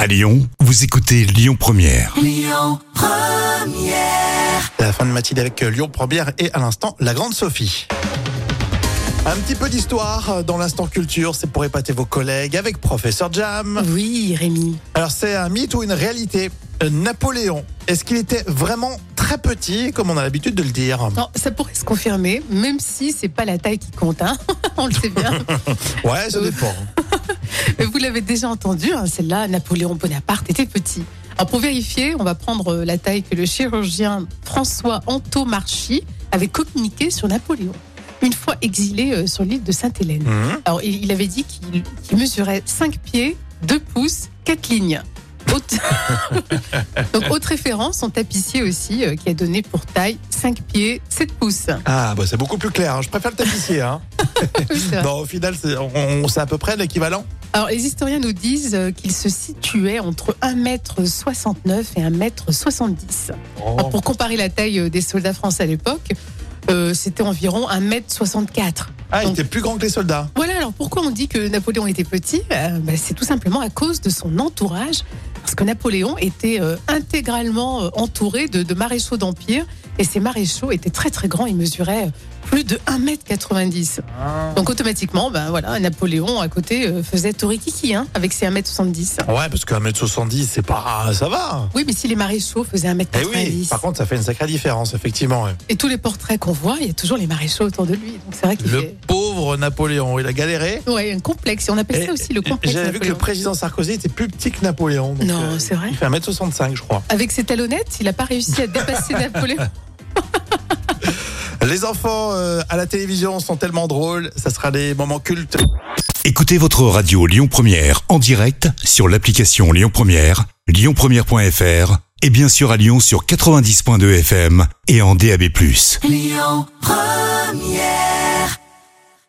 À Lyon, vous écoutez Lyon Première. Lyon Première. La fin de matinée avec Lyon Première et à l'instant, la grande Sophie. Un petit peu d'histoire dans l'instant culture, c'est pour épater vos collègues avec Professeur Jam. Oui, Rémi. Alors c'est un mythe ou une réalité? Napoléon, est-ce qu'il était vraiment très petit comme on a l'habitude de le dire? Non, ça pourrait se confirmer, même si c'est pas la taille qui compte, hein. On le sait bien. Ouais, ça dépend. Mais vous l'avez déjà entendu, hein, celle-là, Napoléon Bonaparte était petit. Alors pour vérifier, on va prendre la taille que le chirurgien François Antomarchi avait communiqué sur Napoléon, une fois exilé sur l'île de Sainte-Hélène. Alors il avait dit qu'il mesurait 5 pieds, 2 pouces, 4 lignes. Donc autre référence, son tapissier aussi, qui a donné pour taille 5 pieds, 7 pouces. Ah bah c'est beaucoup plus clair, hein. Je préfère le tapissier. Hein. Oui, c'est vrai. Non, au final, c'est à peu près l'équivalent. Alors les historiens nous disent qu'il se situait entre 1,69 m et 1,70 m. Alors, pour comparer la taille des soldats français à l'époque, c'était environ 1,64 m. Ah, il Donc, était plus grand que les soldats. voilà, alors pourquoi on dit que Napoléon était petit? C'est tout simplement à cause de son entourage, parce que Napoléon était intégralement entouré de maréchaux d'Empire, et ces maréchaux étaient très très grands, ils mesuraient plus de 1,90 m. Donc automatiquement, voilà, Napoléon à côté faisait Torikiki, hein, avec ses 1,70 m. Ouais, parce que 1m70, c'est pas... ça va. Oui, mais si les maréchaux faisaient 1,90 Eh m, oui, par contre, ça fait une sacrée différence, effectivement. Ouais. et tous les portraits qu'on voit, il y a toujours les maréchaux autour de lui. Donc c'est vrai qu'il Le fait... pauvre Napoléon, il a galéré. Ouais, un complexe, et on appelle ça aussi le complexe J'avais vu que le Napoléon. président Sarkozy était plus petit que Napoléon. Donc, Non, c'est vrai. Il fait 1m65, je crois. Avec ses talonnettes, il n'a pas réussi à dépasser Napoléon. Les enfants à la télévision sont tellement drôles, ça sera des moments cultes. Écoutez votre radio Lyon Première en direct sur l'application Lyon Première, lyonpremière.fr et bien sûr à Lyon sur 90.2 FM et en DAB+. Lyon Première.